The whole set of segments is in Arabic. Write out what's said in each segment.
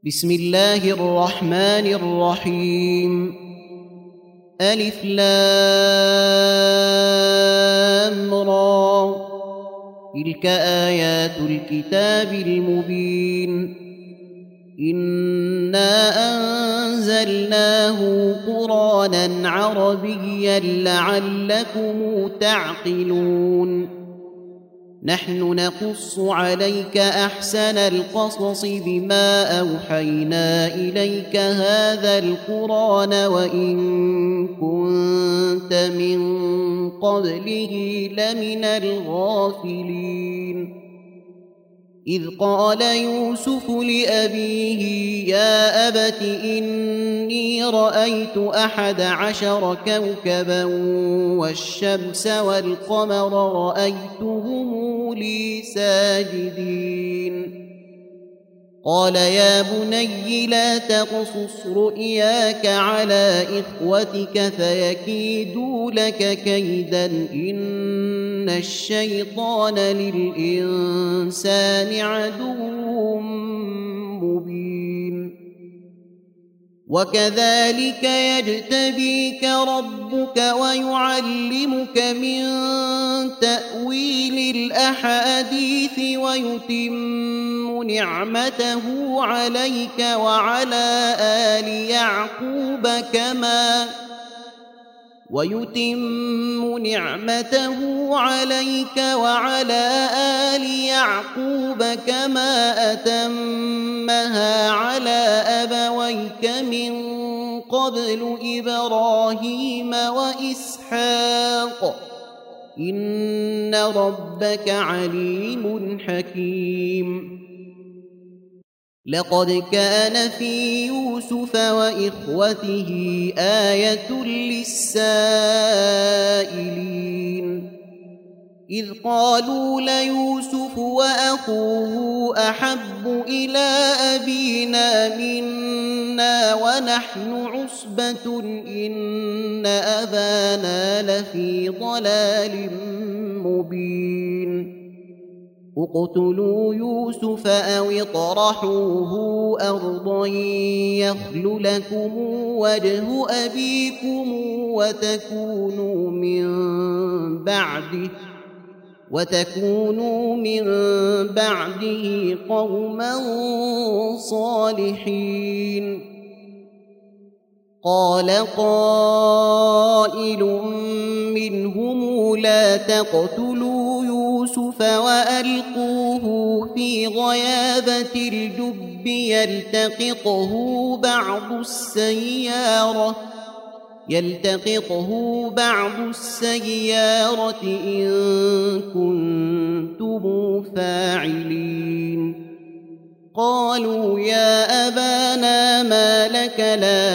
بسم الله الرحمن الرحيم. ألف لام را، تلك آيات الكتاب المبين. إنا أنزلناه قرآنا عربيا لعلكم تعقلون. نحن نقص عليك أحسن القصص بما أوحينا إليك هذا القرآن وإن كنت من قبله لمن الغافلين. إذ قال يوسف لأبيه يا أبت إني رأيت 11 كوكبا والشمس والقمر رأيتهم لي ساجدين. قال يا بني لا تقصص رؤياك على إخوتك فيكيدوا لك كيدا إن الشيطان للإنسان عدو مبين. وكذلك يجتبيك ربك ويعلمك من تأويل الأحاديث ويتم نعمته عليك وعلى آل يعقوب كما أتمها على أبويك من قبل إبراهيم وإسحاق إن ربك عليم حكيم. لقد كان في يوسف وإخوته آية للسائلين إذ قالوا ليوسف وأخوه أحب إلى أبينا منا ونحن عصبة إن أبانا لفي ضلال مبين. اقتلوا يوسف أو اطرحوه أرضا يخل لكم وجه أبيكم وتكونوا من بعده قوما صالحين. قال قائل منهم لا تقتلوا يوسف وألقوه في غيابة الجب يلتقطه بعض السيارة إن كنتم فاعلين. قالوا يا أبانا ما لك لا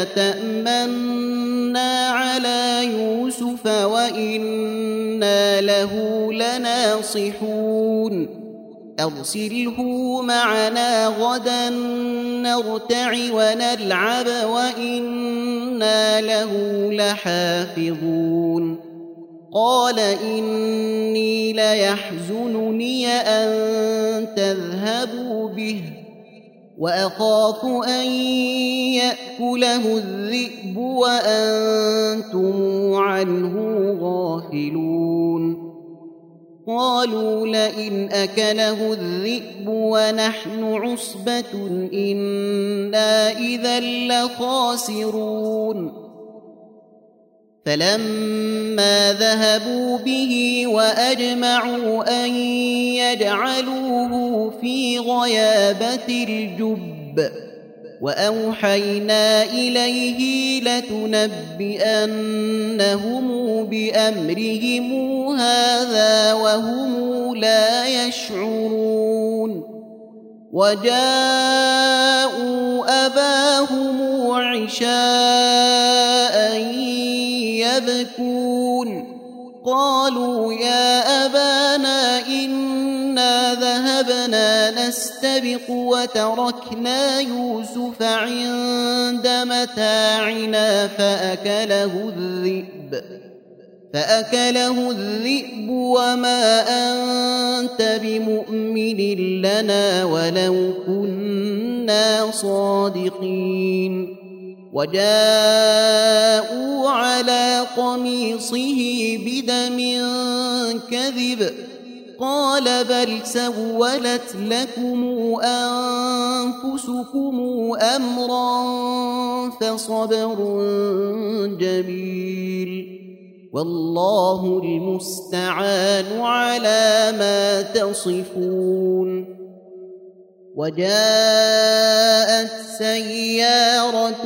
تأمنا على يوسف وإنا له لناصحون أرسله معنا غدا نرتع ونلعب وإنا له لحافظون. قال إني ليحزنني أن تذهبوا به وأخاف أن يأكله الذئب وأنتم عنه غافلون. قالوا لئن أكله الذئب ونحن عصبة إنا إذا لخاسرون. فلما ذهبوا به وأجمعوا أن يجعلوه في غيابة الجب وأوحينا إليه لتنبئنهم بأمرهم هذا وهم لا يشعرون. وجاءوا أباهم عشاء يبكون. قالوا يا أبانا إنا ذهبنا نستبق وتركنا يوسف عند متاعنا فأكله الذئب وما أنت بمؤمن لنا ولو كنا كنا صادقين وجاءوا على قميصه بدم كذب قال بل سولت لكم أنفسكم أمرا فصبر جميل والله المستعان على ما تصفون وجاءت سيارة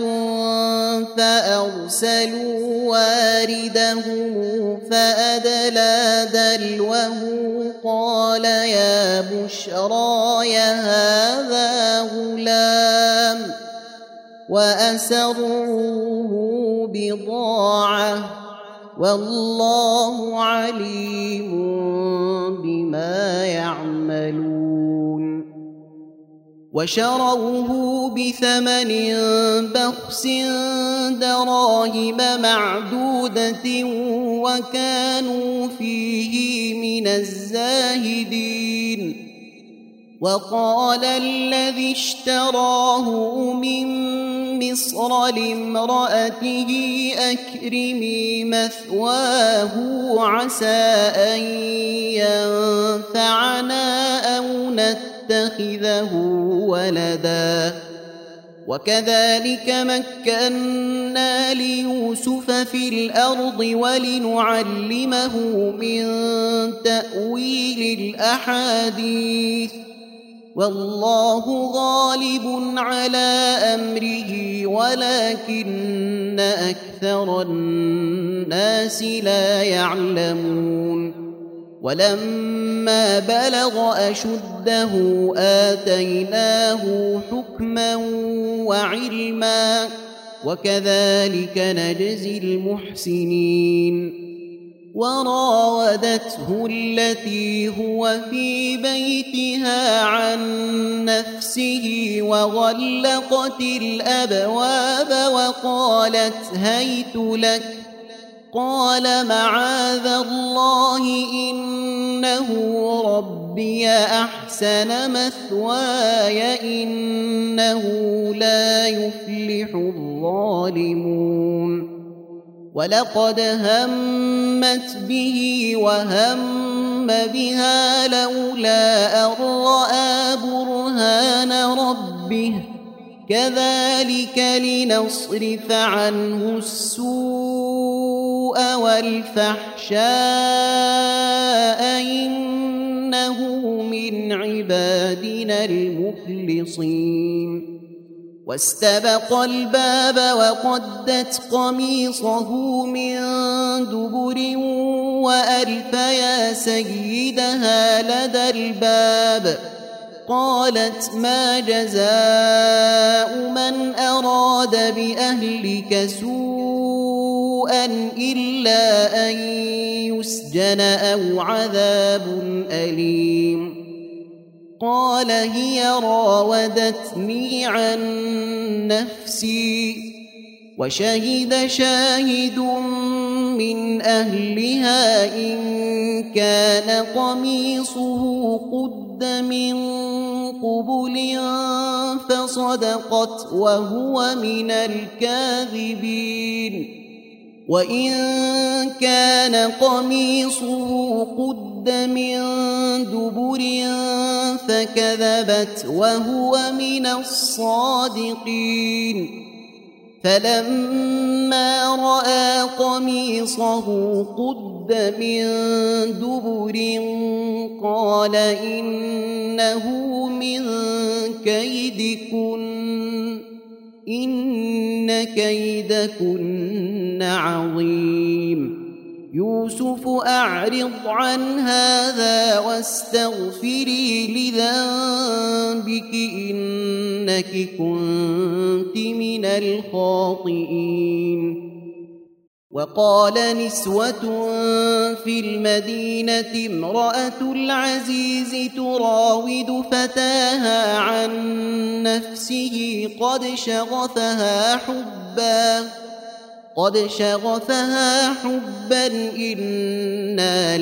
فأرسلوا واردهم فأدلى دلوه قال يا بشرى هذا غلام وأسروه بضاعة والله عليم بما يعملون وشروه بثمن بخس دراهم معدودة وكانوا فيه من الزاهدين وقال الذي اشتراه من مصر لامرأته أكرمي مثواه عسى أن ينفعنا أو نتخذه ولدا وكذلك مكنا ليوسف في الأرض ولنعلمه من تأويل الأحاديث والله غالب على أمره ولكن أكثر الناس لا يعلمون ولما بلغ أشده آتيناه حكما وعلما وكذلك نجزي المحسنين وراودته التي هو في بيتها عن نفسه وغلقت الأبواب وقالت هيت لك قال معاذ الله إنه ربي أحسن مثواي إنه لا يفلح الظالمون ولقد همت به وهم بها لولا أن رأى برهان ربه كذلك لنصرف عنه السوء والفحشاء إنه من عبادنا المخلصين واستبق الباب وقدت قميصه من دبر وألف يا سيدها لدى الباب قالت ما جزاء من أراد بأهلك سوءا إلا أن يسجن أو عذاب أليم قال هي راودتني عن نفسي وشهد شاهد من أهلها إن كان قميصه قد من قبل فصدقت وهو من الكاذبين وإن كان قميصه قد من دبر فكذبت وهو من الصادقين فلما رأى قميصه قد من دبر قال إنه من كيدكن إن كيدكن عظيم يوسف أعرض عن هذا واستغفري لذنبك إنك كنت من الخاطئين وقال نسوة في المدينة امرأة العزيز تراود فتاها عن نفسه قد شغفها حبا إنا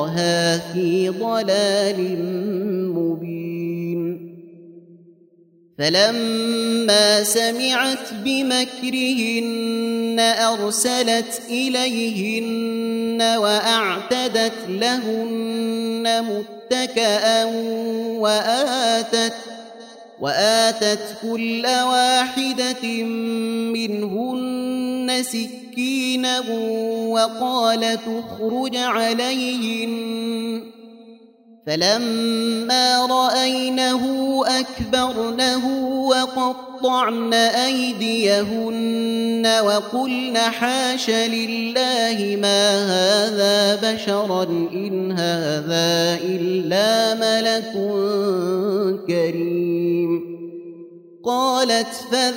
لنراها في ضلال مبين فلما سمعت بمكرهن أرسلت إليهن وأعتدت لهن متكئا وآتت كل واحدة منهن سكينا وقالت اخرج عليهن فلما رأينه أكبرنه وقطعن أيديهن وقلن حاش لله ما هذا بشرا إن هذا إلا ملك كريم. قالت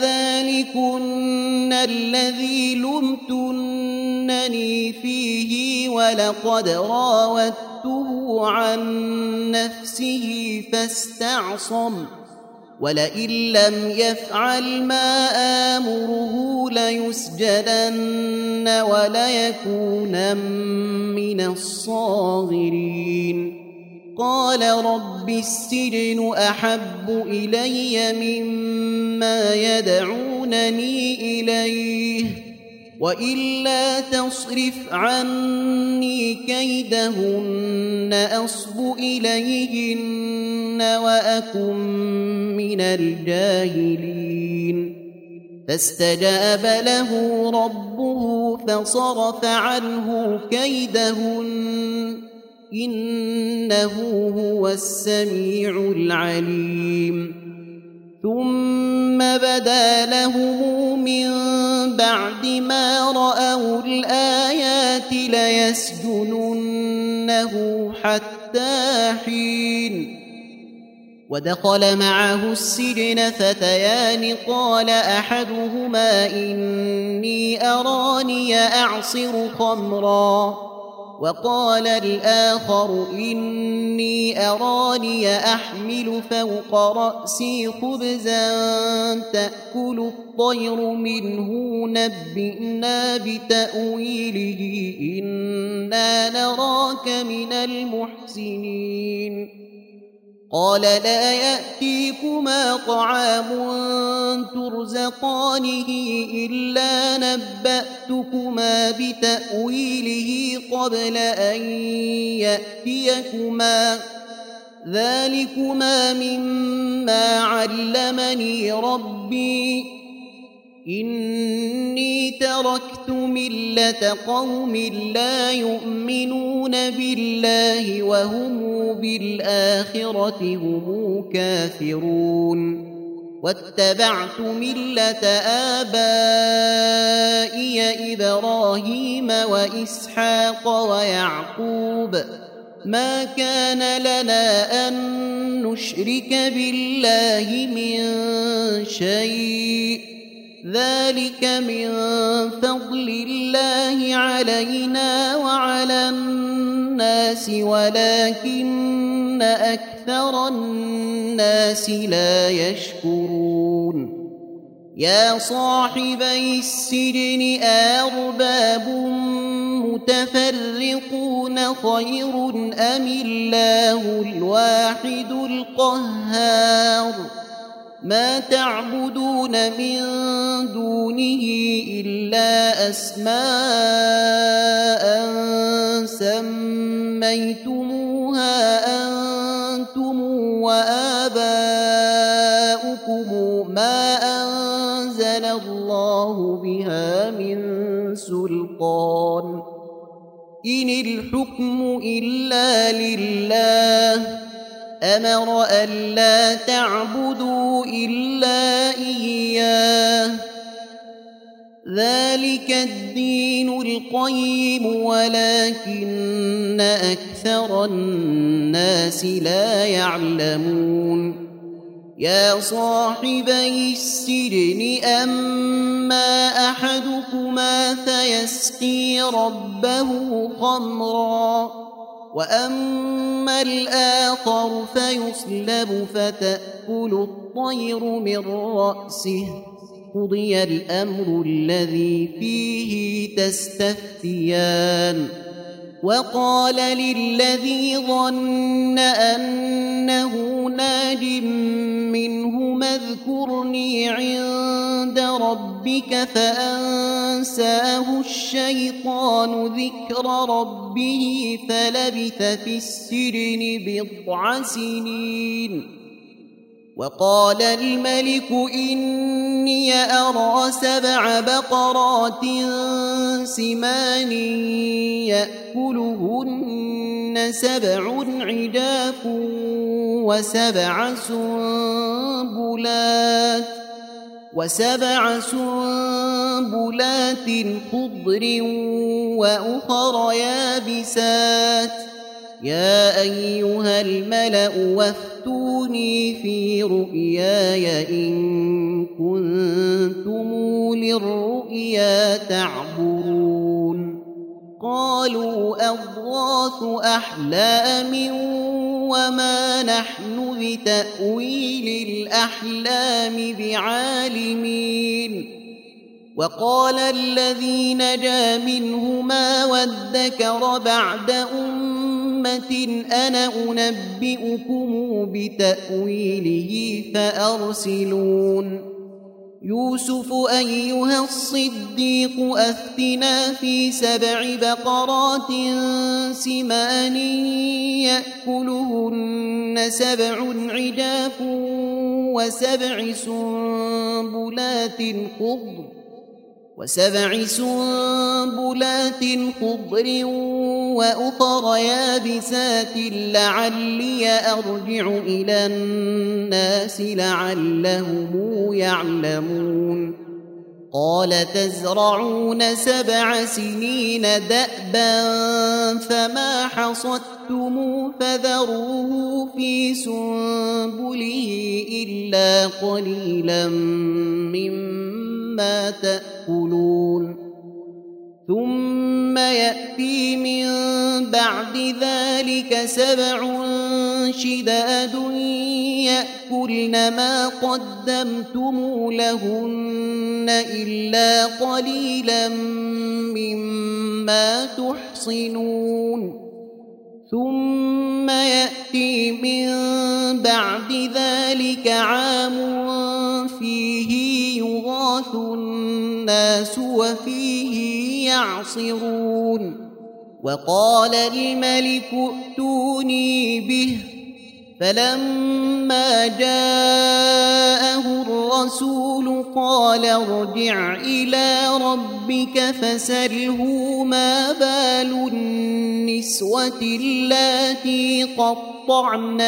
فذلكن الذي لمتنني فيه ولقد راودته عن نفسه فاستعصم ولئن لم يفعل ما آمره ليسجنن وليكونن من الصاغرين. قال رب السجن أحب إلي مما يدعونني إليه وإلا تصرف عني كيدهن أصب إليهن وأكن من الجاهلين. فاستجاب له ربه فصرف عنه كيدهن إنه هو السميع العليم. ثم بدا لهم من بعد ما رأوا الآيات ليسجننه حتى حين. ودخل معه السجن فتيان قال أحدهما إني أراني أعصر خمرا وقال الآخر إني أراني أحمل فوق رأسي خبزا تأكل الطير منه نبئنا بتأويله إنا نراك من المحسنين. قال لا يأتيكما طعام ترزقانه إلا نبأتكما بتأويله قبل أن يأتيكما ذلكما مما علمني ربي إني تركت ملة قوم لا يؤمنون بالله وهم بالآخرة هم كافرون واتبعت ملة آبائي إبراهيم وإسحاق ويعقوب ما كان لنا أن نشرك بالله من شيء ذلك من فضل الله علينا وعلى الناس ولكن أكثر الناس لا يشكرون. يا صاحبي السجن أرباب متفرقون خير أم الله الواحد القهار ما تعبدون من دونه إلا أسماء سميتموها أنتم وآباؤكم ما أنزل الله بها من سلطان إن الحكم إلا لله أمر ألا تعبدوا إلا إياه ذلك الدين القيم ولكن أكثر الناس لا يعلمون. يا صاحبي السجن أما أحدكما فيسقي ربه خمرا وأما الآخر فيصلب فتأكل الطير من رأسه قضي الأمر الذي فيه تستفتيان وقال للذي ظن أنه ناج منه اذكرني عند ربك فأنساه الشيطان ذكر ربه فلبث في السجن 10 سنين. وقال الملك إني أرى 7 بقرات سمان يأكلهن 7 عجاف وسبع سنبلات خضر وأخر يابسات يا أيها الملأ وافتوني في رؤياي إن كنتم للرؤيا تعبرون. قالوا أضغاث أحلام وما نحن بتأويل الأحلام بعالمين. وقال الذي نجا منهما وادكر بعد أمة أنا أنبئكم بتأويله فأرسلون. يوسف أيها الصديق أفتنا في 7 بقرات سمان يأكلهن 7 عجاف وسبع سنبلات خضر وأخر يابسات لعلي أرجع إلى الناس لعلهم يعلمون. قال تزرعون 7 سنين دأبا فما حصدتم فذروه في سنبله إلا قليلا مما تأكلون. ثم يأتي من بعد ذلك 7 شداد يأكلن ما قدمتم لهن إلا قليلا مما تحصنون. ثم يأتي من بعد ذلك عام فيه يغاث الناس وفيه يعصرون. وقال الملك ائتوني به فلما جاءه الرسول قال ارجع إلى ربك فسله ما بال النسوة اللاتي قطعن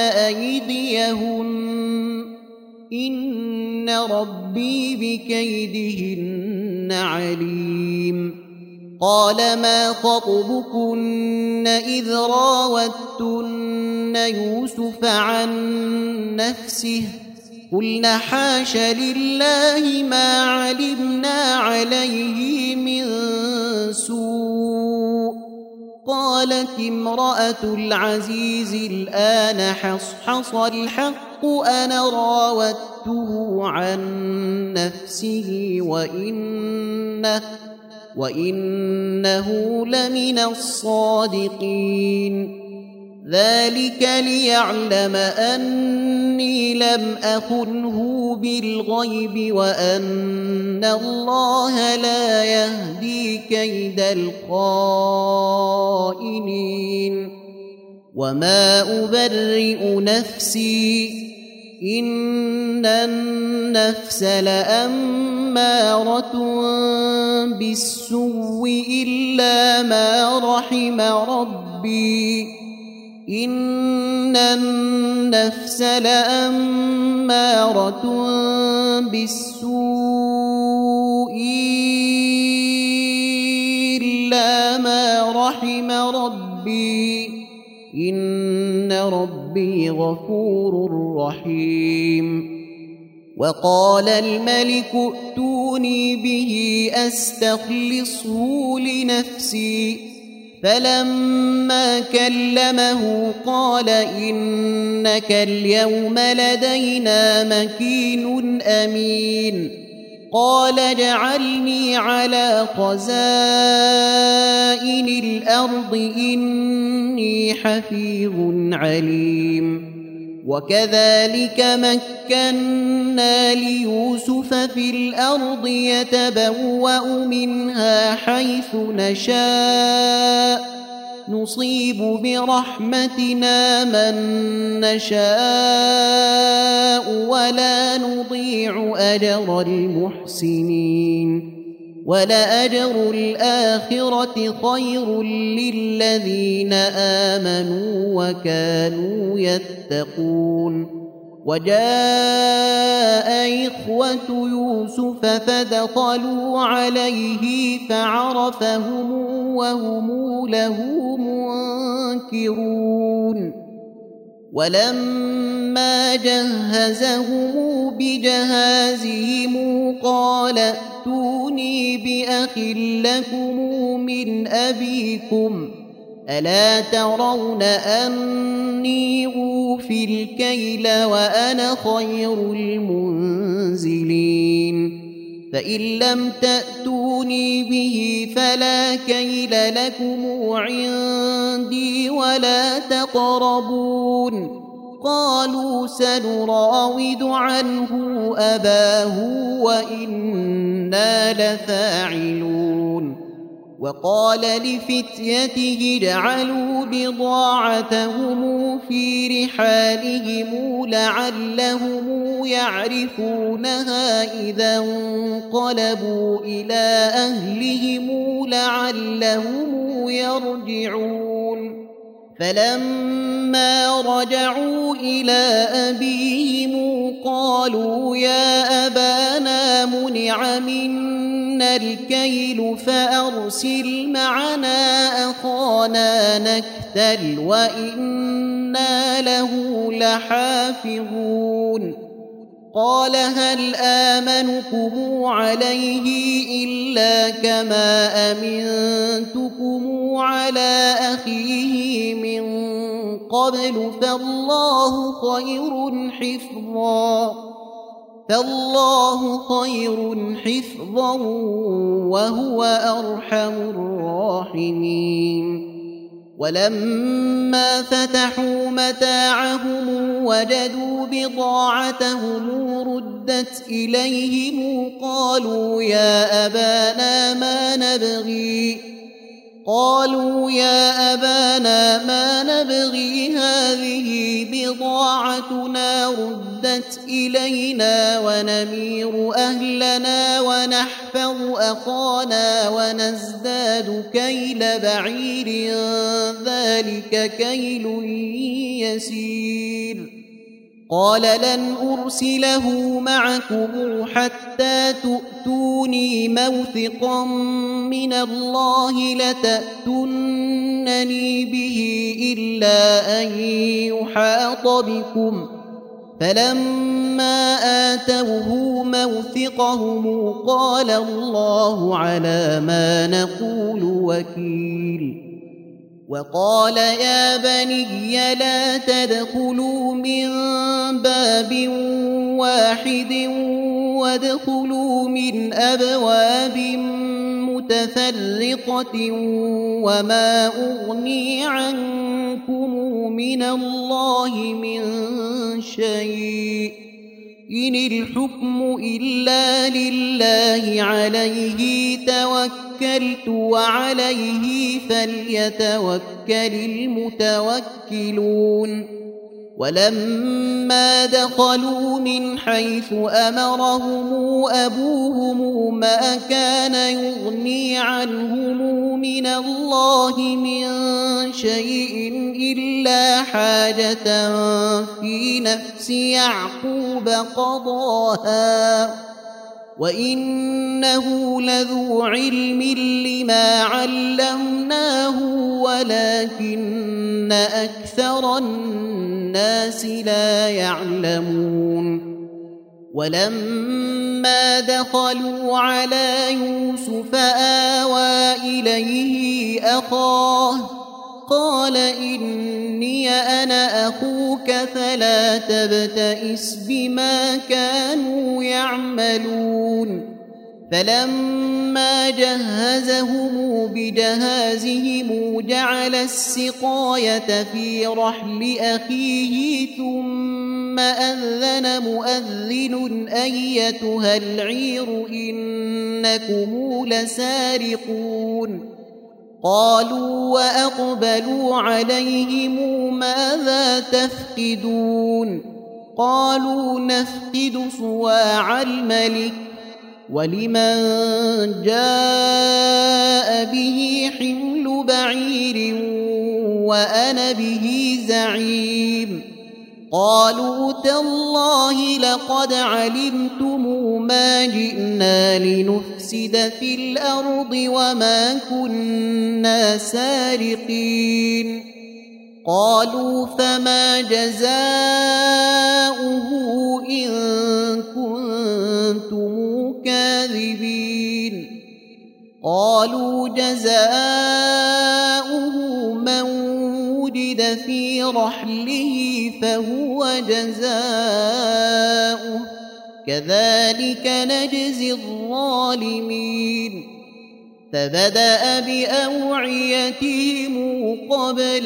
أيديهن إن ربي بكيدهن عليم. قال ما خطبكن إذ راوتن يوسف عن نفسه قلنا حاش لله ما علمنا عليه من سوء. قالت امرأة العزيز الآن حصحص الحق أنا راودته عن نفسه وإنه لمن الصادقين. ذلك ليعلم أني لم أخنه بالغيب وأن الله لا يهدي كيد الخائنين. وما أبرئ نفسي إن النفس لأمارة بالسوء إلا ما رحم ربي إن النفس لأمارة بالسوء إلا ما رحم ربي إن ربي غفور رحيم. وقال الملك ائتوني به أستخلصه لنفسي فلما كلمه قال إنك اليوم لدينا مكين أمين. قال اجعلني على خزائن الأرض إني حفيظ عليم وكذلك مكنا ليوسف في الأرض يتبوأ منها حيث نشاء نصيب برحمتنا من نشاء ولا نضيع أجر المحسنين ولأجر الآخرة خير للذين آمنوا وكانوا يتقون وجاء إخوة يوسف فدخلوا عليه فعرفهم وهم له منكرون ولما جهزهم بجهازهم قال ائتوني بأخ لكم من أبيكم ألا ترون أني أوفي الكيل وأنا خير المنزلين فإن لم تأتوني به فلا كيل لكم عندي ولا تقربون قالوا سنراود عنه أباه وإنا لفاعلون وقال لفتيته اجعلوا بضاعتهم في رحالهم لعلهم يعرفونها إذا انقلبوا إلى أهلهم لعلهم يرجعون فلما رجعوا إلى أبيهم قالوا يا أبانا منع منا الكيل فأرسل معنا أخانا نكتل وإنا له لحافظون قال هل آمنكم عليه إلا كما أمنتكم على أخيه من قبل فالله خير حفظا وهو أرحم الراحمين ولما فتحوا متاعهم وجدوا بضاعتهم ردت إليهم قالوا يا أبانا ما نبغي هذه بضاعتنا ردت إلينا ونمير أهلنا ونحفظ أخانا ونزداد كيل بعير ذلك كيل يسير قال لن أرسله معكم حتى تؤتوني موثقا من الله لتأتونني به إلا أن يحاط بكم فلما آتوه موثقهم قال الله على ما نقول وكيل وقال يا بني لا تدخلوا من باب واحد وادخلوا من أبواب متفرقة وما أغني عنكم من الله من شيء إن الحكم إلا لله عليه توكلت وعليه فليتوكل المتوكلون ولما دخلوا من حيث أمرهم أبوهم ما كان يغني عنهم من الله من شيء إلا حاجة في نفس يعقوب قضاها وإنه لذو علم لما علمناه ولكن أكثر الناس لا يعلمون ولما دخلوا على يوسف آوى إليه أخاه قال إني أنا أخوك فلا تبتئس بما كانوا يعملون فلما جهزهم بجهازهم جعل السقاية في رحل أخيه ثم أذن مؤذن أيتها العير إنكم لسارقون قالوا وأقبلوا عليهم ماذا تفقدون قالوا نفقد صواع الملك ولمن جاء به حمل بعير وأنا به زعيم قالوا تالله لقد علمتم ما جئنا لنفسد في الأرض وما كنا سارقين قالوا فما جزاؤه إن كنتم كاذبين قالوا جزاؤه من وجد في رحله فهو جزاؤه كذلك نجزي الظالمين فبدأ بأوعيتهم قبل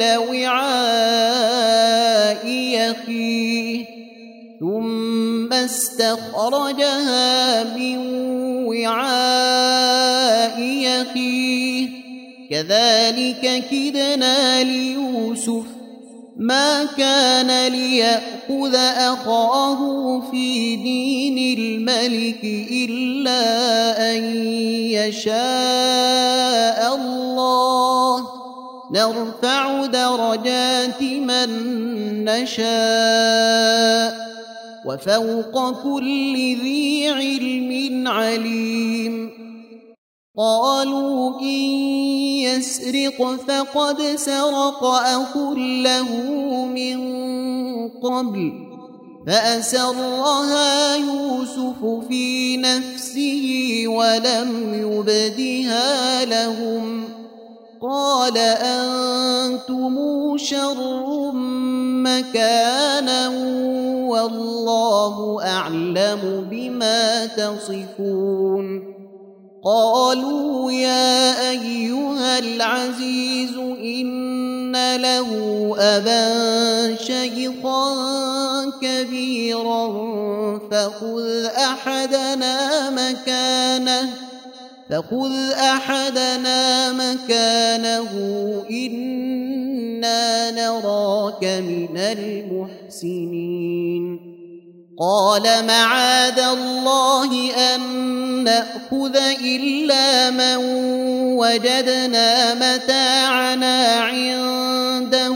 وعاء أخيه ثم استخرجها من وعاء أخيه كذلك كدنا ليوسف ما كان ليأخذ أخاه في دين الملك إلا أن يشاء الله نرفع درجات من نشاء وفوق كل ذي علم عليم قالوا إن يسرق فقد سرق أخ له من قبل فأسرها يوسف في نفسه ولم يبدها لهم قال أنتم شر مكانا والله أعلم بما تصفون قالوا يا أيها العزيز إن له أبا شيخا كبيرا فخذ أحدنا مكانه إنا نراك من المحسنين قال معاذ الله أن نأخذ إلا من وجدنا متاعنا عنده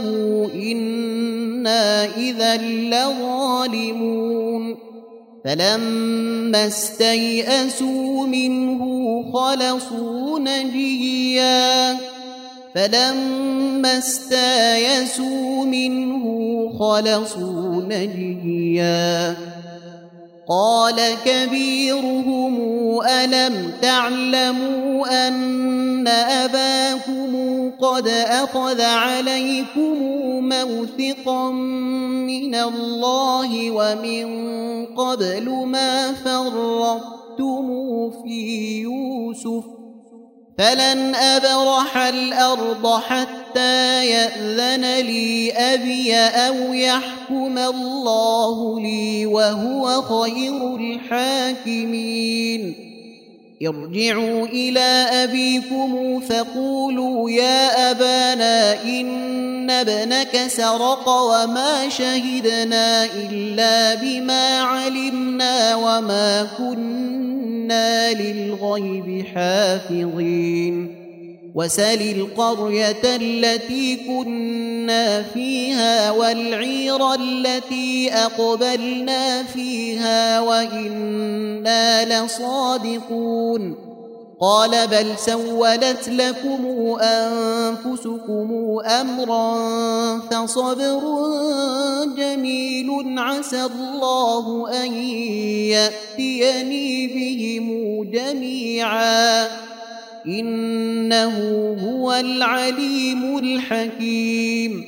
إنا إذا لظالمون فلما استيئسوا منه خلصوا نجيا قال كبيرهم ألم تعلموا أن أباكم قد أخذ عليكم موثقا من الله ومن قبل ما فرطتم في يوسف فلن أبرح الأرض حتى يأذن لي أبي أو يحكم الله لي وهو خير الحاكمين ارجعوا إلى أبيكم فقولوا يا أبانا إن ابنك سرق وما شهدنا إلا بما علمنا وما كنا للغيب حافظين وسل القرية التي كنا فيها والعير التي أقبلنا فيها وإنا لصادقون قال بل سولت لكم أنفسكم أمرا فصبر جميل عسى الله أن يأتيني بهم جميعا إنه هو العليم الحكيم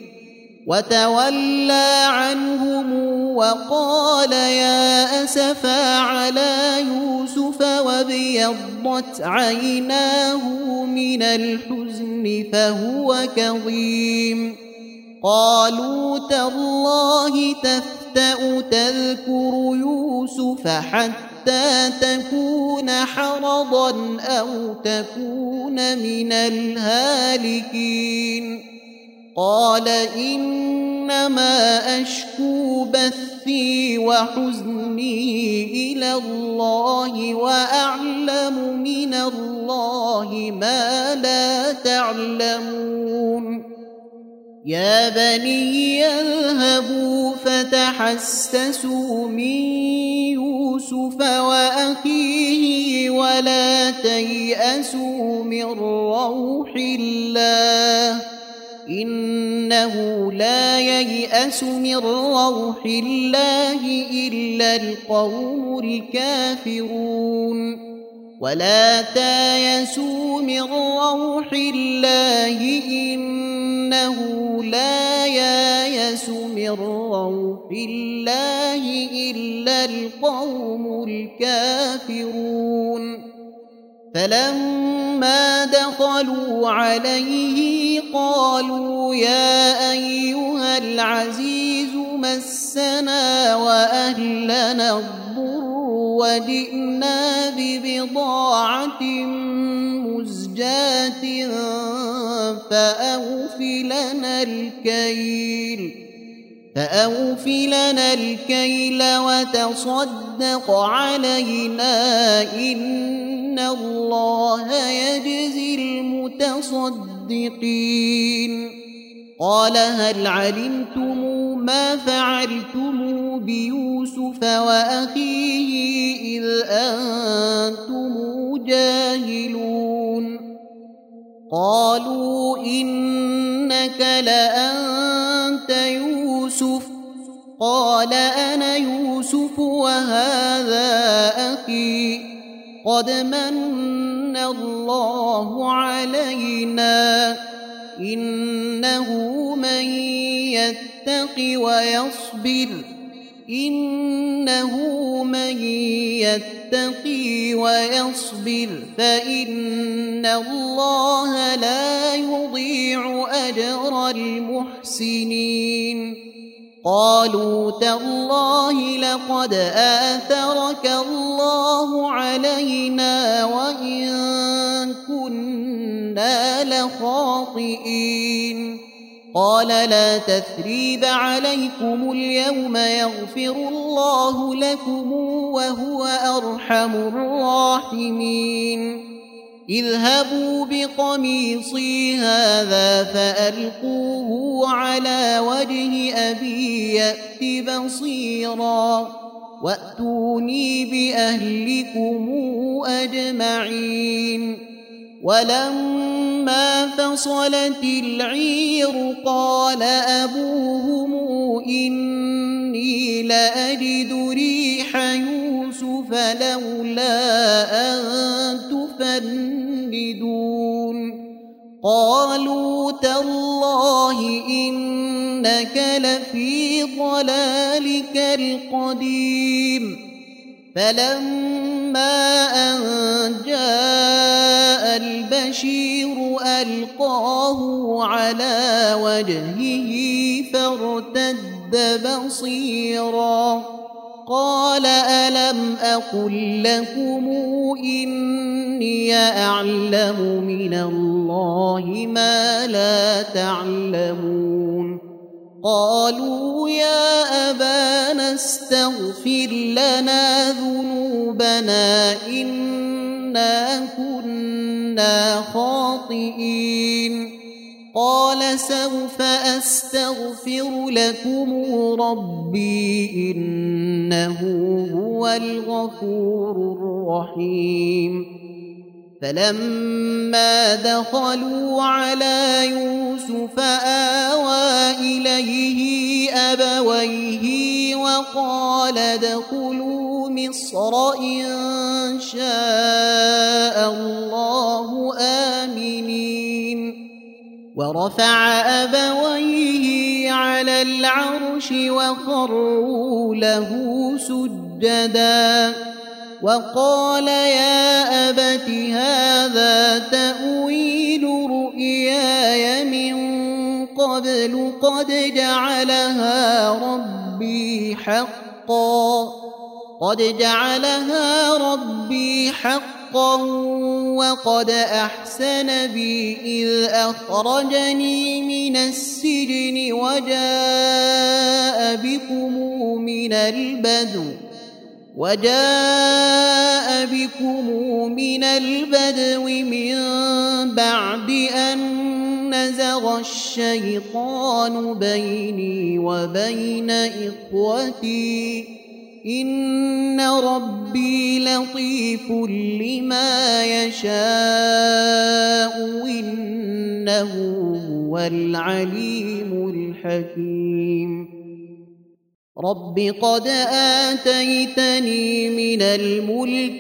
وتولى عنهم وقال يا أسفا على يوسف وابيضت عيناه من الحزن فهو كظيم قالوا تالله تفتأ تذكر يوسف حتى تكون حرضا أو تكون من الهالكين قال إنما أشكو بثي وحزني إلى الله وأعلم من الله ما لا تعلمون يا بني اذهبوا فتحسسوا من يوسف وأخيه ولا تيأسوا من روح الله إنه لا ييأس من روح الله إلا القوم الكافرون ولا تيأسوا من روح الله إنه لا ييأس من روح الله إلا القوم الكافرون فلما دخلوا عليه قالوا يا أيها العزيز مسنا وأهلنا الضر وجئنا ببضاعة مزجاة فأوف لنا الكيل وتصدق علينا إن الله يجزي المتصدقين قال هل علمتم ما فعلتم بيوسف وأخيه إذ أنتم جاهلون قالوا إنك لأنت يوسف قال أنا يوسف وهذا أخي قد من الله علينا إنه من يتقي ويصبر فإن الله لا يضيع أجر المحسنين قالوا تالله لقد آثرك الله علينا وإن كنا لخاطئين قال لا تثريب عليكم اليوم يغفر الله لكم وهو أرحم الراحمين اذهبوا بقميصي هذا فألقوه على وجه أبي يأت بصيرا وأتوني بأهلكم أجمعين ولما فصلت العير قال أبوهم إني لأجد ريح يوسف لولا أن تفندون قالوا تالله إنك لفي ضلالك القديم فلما أن جاء البشير ألقاه على وجهه فارتد بصيرا قال ألم أقل لكم إني أعلم من الله ما لا تعلمون قالوا يا أبانا استغفر لنا ذنوبنا إنا كنا خاطئين قال سوف أستغفر لكم ربي إنه هو الغفور الرحيم فلما دخلوا على يوسف آوى إليه أبويه وقال ادخلوا مصر إن شاء الله آمنين ورفع أبويه على العرش وخروا له سجدا وقال يا أبت هذا تأويل رؤياي من قبل قد جعلها ربي حقا وقد أحسن بي إذ أخرجني من السجن وجاء بكم من البدو من بعد أن نزغ الشيطان بيني وبين إخوتي إن ربي لطيف لما يشاء إنه هو العليم الحكيم رب قد آتيتني من الملك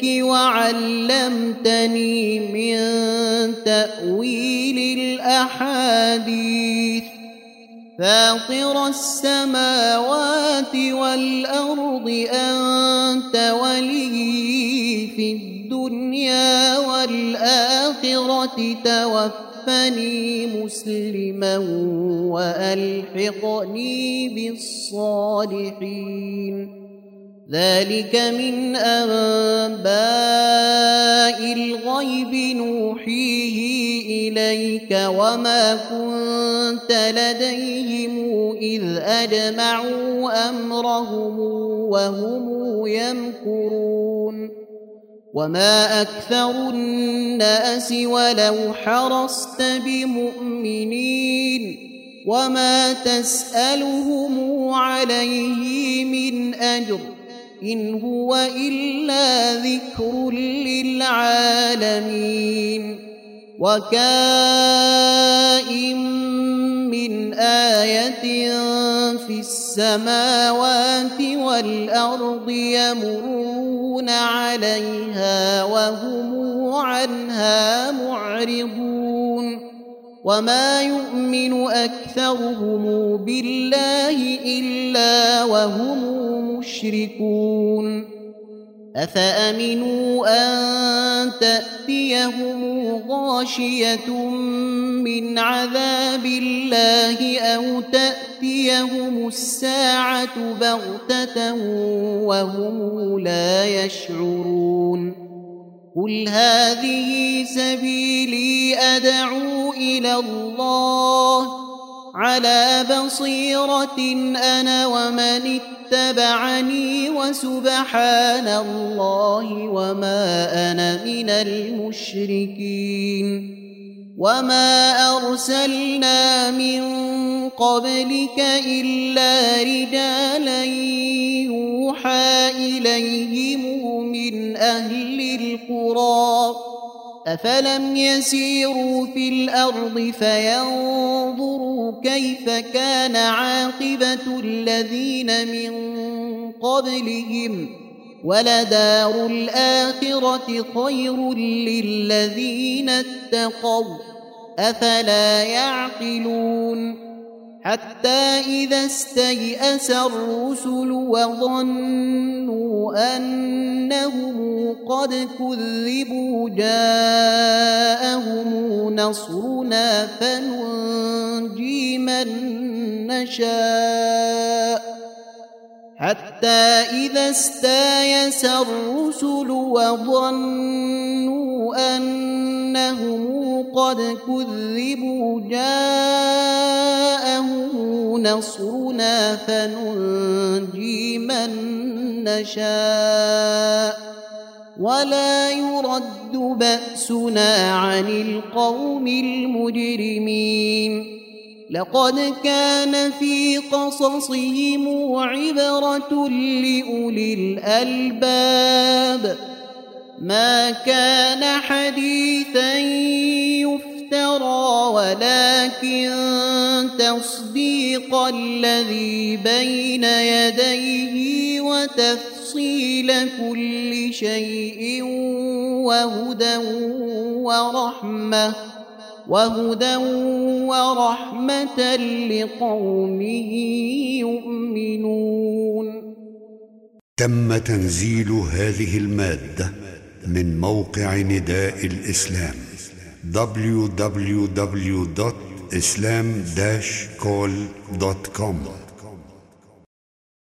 وعلمتني من تأويل الأحاديث فاطر السماوات والأرض أنت ولي في الدنيا والآخرة توفني مسلما وألحقني بالصالحين ذلك من أنباء الغيب نوحيه إليك وما كنت لديهم إذ أجمعوا أمرهم وهم يمكرون وما أكثر الناس ولو حرصت بمؤمنين وما تسألهم عليه من أجر إن هو إلا ذكر للعالمين وكائن من آية في السماوات والأرض يمرون عليها وهم عنها معرضون وما يؤمن أكثرهم بالله إلا وهم مشركون أفأمنوا أن تأتيهم غاشية من عذاب الله أو تأتيهم الساعة بغتة وهم لا يشعرون قل هذه سبيلي أدعو إلى الله على بصيرة أنا ومن اتبعني وسبحان الله وما أنا من المشركين وما أرسلنا من قبلك إلا رجالا يوحى إليهم من أهل القرى أفلم يسيروا في الأرض فينظروا كيف كان عاقبة الذين من قبلهم ولدار الآخرة خير للذين اتقوا أفلا يعقلون حتى إذا استيأس الرسل وظنوا أنهم قد كذبوا جاءهم نصرنا فننجي من نشاء حتى إذا استيأس الرسل وظنوا أنهم قد كذبوا جاءهم نصرنا فننجي من نشاء ولا يرد بأسنا عن القوم المجرمين لقد كان في قصصهم عبرة لأولي الألباب ما كان حديثا يفترى ولكن تصديق الذي بين يديه وتفصيل كل شيء وهدى ورحمة لقوم يؤمنون تم تنزيل هذه المادة من موقع نداء الإسلام www.islam-call.com